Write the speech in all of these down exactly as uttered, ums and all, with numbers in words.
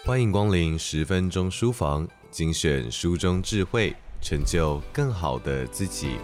欢迎光临十分钟书房，精选书中智慧，成就更好的自己。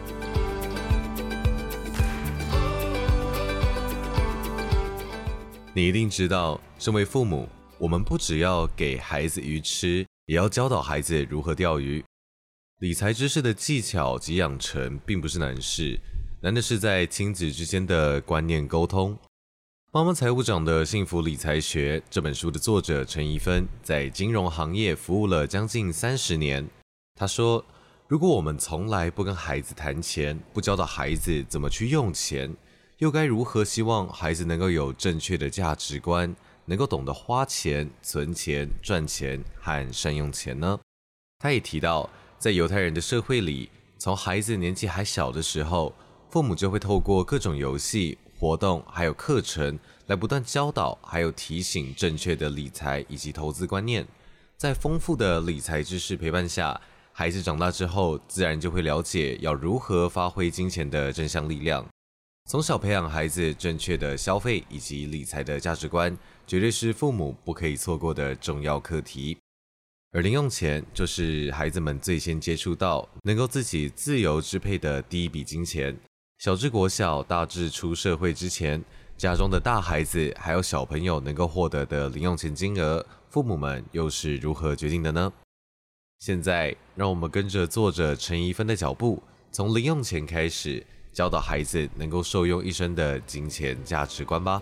你一定知道，身为父母，我们不只要给孩子鱼吃，也要教导孩子如何钓鱼。理财知识的技巧及养成并不是难事，难的是在亲子之间的观念沟通。妈妈财务长的幸福理财学这本书的作者陈怡芬在金融行业服务了将近三十年。她说，如果我们从来不跟孩子谈钱，不教导孩子怎么去用钱，又该如何希望孩子能够有正确的价值观，能够懂得花钱、存钱、赚钱和善用钱呢？她也提到，在犹太人的社会里，从孩子年纪还小的时候，父母就会透过各种游戏活动还有课程来不断教导还有提醒正确的理财以及投资观念。在丰富的理财知识陪伴下，孩子长大之后自然就会了解要如何发挥金钱的正向力量。从小培养孩子正确的消费以及理财的价值观，绝对是父母不可以错过的重要课题。而零用钱就是孩子们最先接触到能够自己自由支配的第一笔金钱。小至国小，大至出社会之前，家中的大孩子还有小朋友能够获得的零用钱金额，父母们又是如何决定的呢？现在，让我们跟着作者陈怡芬的脚步，从零用钱开始，教导孩子能够受用一生的金钱价值观吧。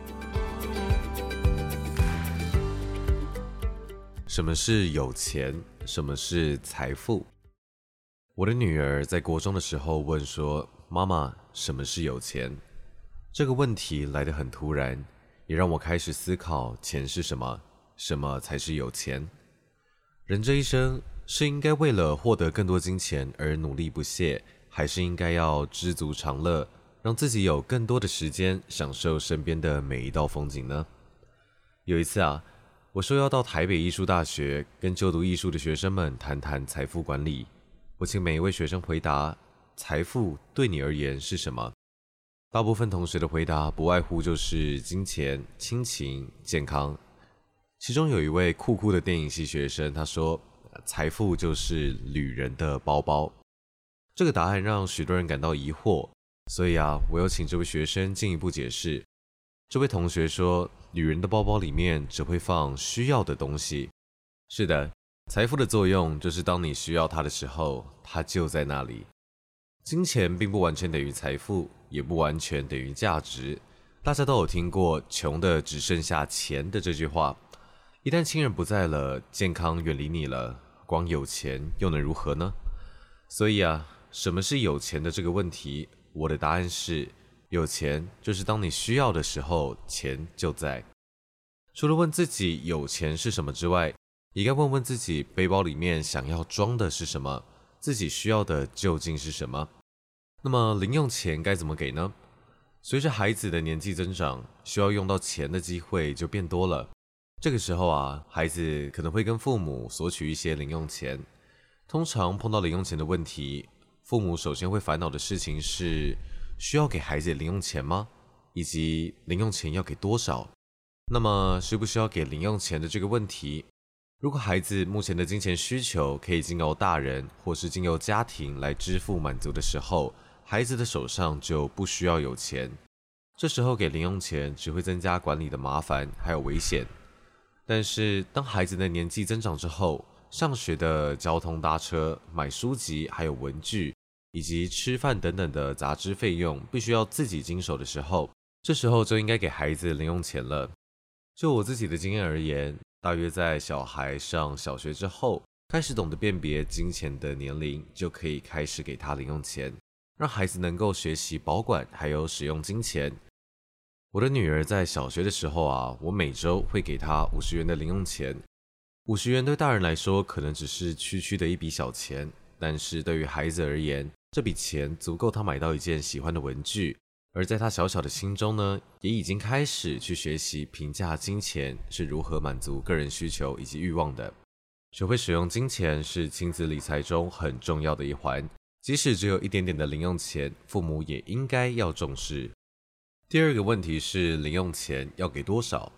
什么是有钱？什么是财富？我的女儿在国中的时候问说，妈妈，什么是有钱？这个问题来得很突然，也让我开始思考钱是什么，什么才是有钱。人这一生是应该为了获得更多金钱而努力不懈，还是应该要知足常乐，让自己有更多的时间享受身边的每一道风景呢？有一次啊，我说要到台北艺术大学跟就读艺术的学生们谈谈财富管理。我请每一位学生回答，财富对你而言是什么？大部分同学的回答不外乎就是金钱、亲情、健康。其中有一位酷酷的电影系学生，他说，财富就是旅人的包包。这个答案让许多人感到疑惑，所以啊，我有请这位学生进一步解释。这位同学说，旅人的包包里面只会放需要的东西。是的，财富的作用就是当你需要它的时候，它就在那里。金钱并不完全等于财富，也不完全等于价值。大家都有听过穷的只剩下钱的这句话。一旦亲人不在了，健康远离你了，光有钱又能如何呢？所以啊，什么是有钱的这个问题，我的答案是，有钱就是当你需要的时候，钱就在。除了问自己有钱是什么之外，也该问问自己背包里面想要装的是什么，自己需要的究竟是什么。那么零用钱该怎么给呢？随着孩子的年纪增长，需要用到钱的机会就变多了。这个时候啊，孩子可能会跟父母索取一些零用钱。通常碰到零用钱的问题，父母首先会烦恼的事情是，需要给孩子零用钱吗？以及零用钱要给多少？那么需不需要给零用钱的这个问题，如果孩子目前的金钱需求可以经由大人或是经由家庭来支付满足的时候，孩子的手上就不需要有钱。这时候给零用钱只会增加管理的麻烦还有危险。但是当孩子的年纪增长之后，上学的交通搭车、买书籍还有文具以及吃饭等等的杂支费用必须要自己经手的时候，这时候就应该给孩子零用钱了。就我自己的经验而言，大约在小孩上小学之后，开始懂得辨别金钱的年龄，就可以开始给他零用钱，让孩子能够学习保管还有使用金钱。我的女儿在小学的时候啊，我每周会给她五十元的零用钱。五十元对大人来说可能只是区区的一笔小钱，但是对于孩子而言，这笔钱足够他买到一件喜欢的文具。而在他小小的心中呢，也已经开始去学习评价金钱是如何满足个人需求以及欲望的。学会使用金钱是亲子理财中很重要的一环，即使只有一点点的零用钱，父母也应该要重视。第二个问题是零用钱要给多少？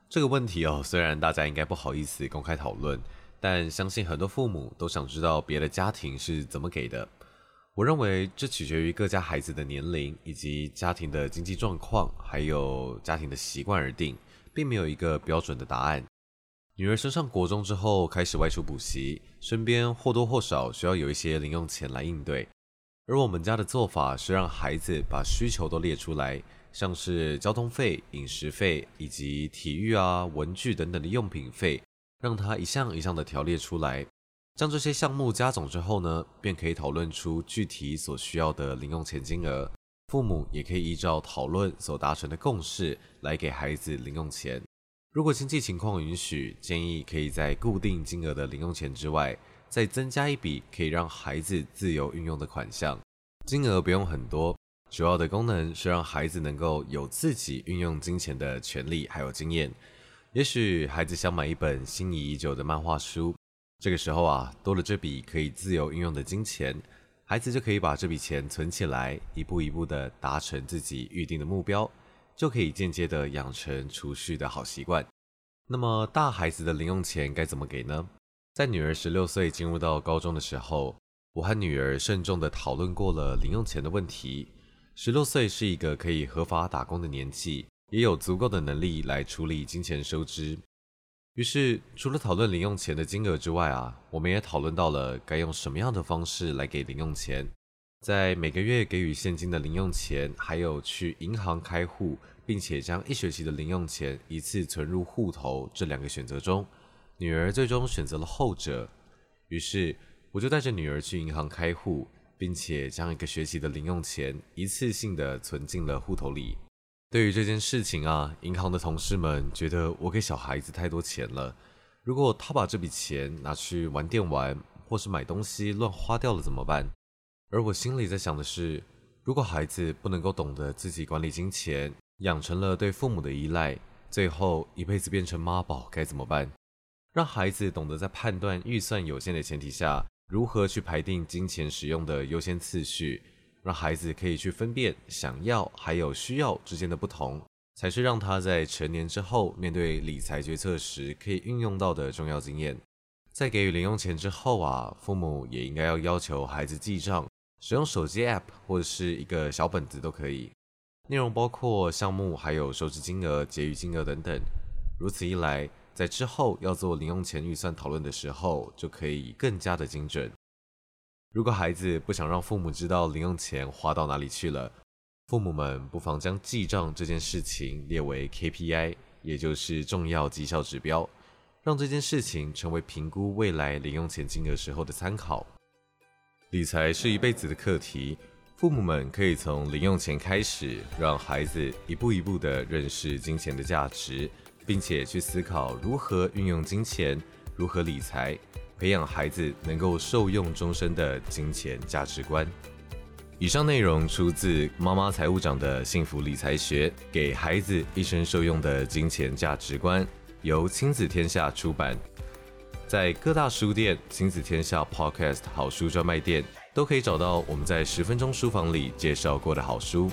这个问题哦，虽然大家应该不好意思公开讨论，但相信很多父母都想知道别的家庭是怎么给的。我认为这取决于各家孩子的年龄以及家庭的经济状况，还有家庭的习惯而定，并没有一个标准的答案。女儿升上国中之后开始外出补习，身边或多或少需要有一些零用钱来应对。而我们家的做法是让孩子把需求都列出来，像是交通费、饮食费以及体育啊、文具等等的用品费，让他一项一项的条列出来。将这些项目加总之后呢，便可以讨论出具体所需要的零用钱金额。父母也可以依照讨论所达成的共识来给孩子零用钱。如果经济情况允许，建议可以在固定金额的零用钱之外，再增加一笔可以让孩子自由运用的款项。金额不用很多，主要的功能是让孩子能够有自己运用金钱的权利还有经验。也许孩子想买一本心仪已久的漫画书，这个时候啊，多了这笔可以自由运用的金钱，孩子就可以把这笔钱存起来，一步一步的达成自己预定的目标，就可以间接的养成储蓄的好习惯。那么大孩子的零用钱该怎么给呢？在女儿十六岁进入到高中的时候，我和女儿慎重地讨论过了零用钱的问题。十六岁是一个可以合法打工的年纪，也有足够的能力来处理金钱收支。于是，除了讨论零用钱的金额之外啊，我们也讨论到了该用什么样的方式来给零用钱。在每个月给予现金的零用钱，还有去银行开户，并且将一学期的零用钱一次存入户头这两个选择中，女儿最终选择了后者。于是，我就带着女儿去银行开户，并且将一个学期的零用钱一次性的存进了户头里。对于这件事情啊，银行的同事们觉得我给小孩子太多钱了，如果他把这笔钱拿去玩电玩，或是买东西乱花掉了怎么办？而我心里在想的是，如果孩子不能够懂得自己管理金钱，养成了对父母的依赖，最后一辈子变成妈宝该怎么办？让孩子懂得在判断预算有限的前提下，如何去排定金钱使用的优先次序，让孩子可以去分辨想要还有需要之间的不同，才是让他在成年之后面对理财决策时可以运用到的重要经验。在给予零用钱之后啊，父母也应该要要求孩子记账，使用手机 App 或者是一个小本子都可以，内容包括项目还有收支金额、结余金额等等。如此一来，在之后要做零用钱预算讨论的时候，就可以更加的精准。如果孩子不想让父母知道零用钱花到哪里去了，父母们不妨将记账这件事情列为 K P I， 也就是重要绩效指标，让这件事情成为评估未来零用钱金额时候的参考。理财是一辈子的课题，父母们可以从零用钱开始，让孩子一步一步地认识金钱的价值，并且去思考如何运用金钱，如何理财，培养孩子能够受用终身的金钱价值观。以上内容出自妈妈财务长的幸福理财学，给孩子一生受用的金钱价值观，由亲子天下出版。在各大书店、亲子天下 Podcast 好书专卖店都可以找到我们在十分钟书房里介绍过的好书。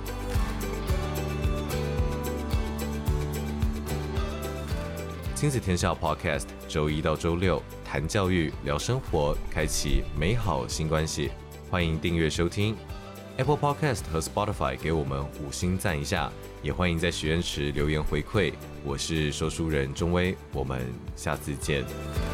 亲子天下 Podcast 周一到周六谈教育、聊生活，开启美好新关系。欢迎订阅收听 Apple Podcast 和 Spotify， 给我们五星赞一下，也欢迎在许愿池留言回馈。我是说书人钟威，我们下次见。